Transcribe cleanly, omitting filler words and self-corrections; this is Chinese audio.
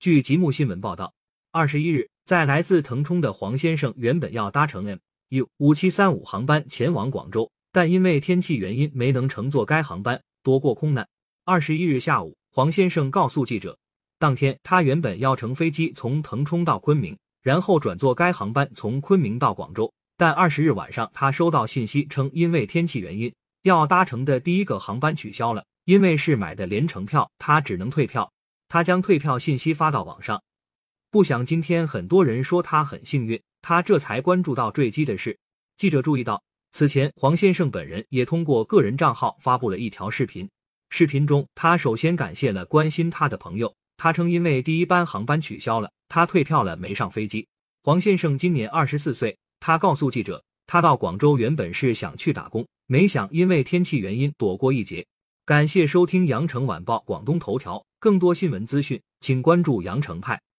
据极目新闻报道，21日，在来自腾冲的黄先生原本要搭乘 MU5735 航班前往广州，但因为天气原因没能乘坐该航班，躲过空难。21日下午，黄先生告诉记者，当天他原本要乘飞机从腾冲到昆明，然后转坐该航班从昆明到广州，但20日晚上他收到信息称因为天气原因，要搭乘的第一个航班取消了，因为是买的联程票，他只能退票。他将退票信息发到网上。不想今天很多人说他很幸运，他这才关注到坠机的事。记者注意到，此前黄先生本人也通过个人账号发布了一条视频。视频中，他首先感谢了关心他的朋友。他称因为第一班航班取消了，他退票了没上飞机。黄先生今年24岁，他告诉记者，他到广州原本是想去打工，没想因为天气原因躲过一劫。感谢收听羊城晚报广东头条，更多新闻资讯，请关注羊城派。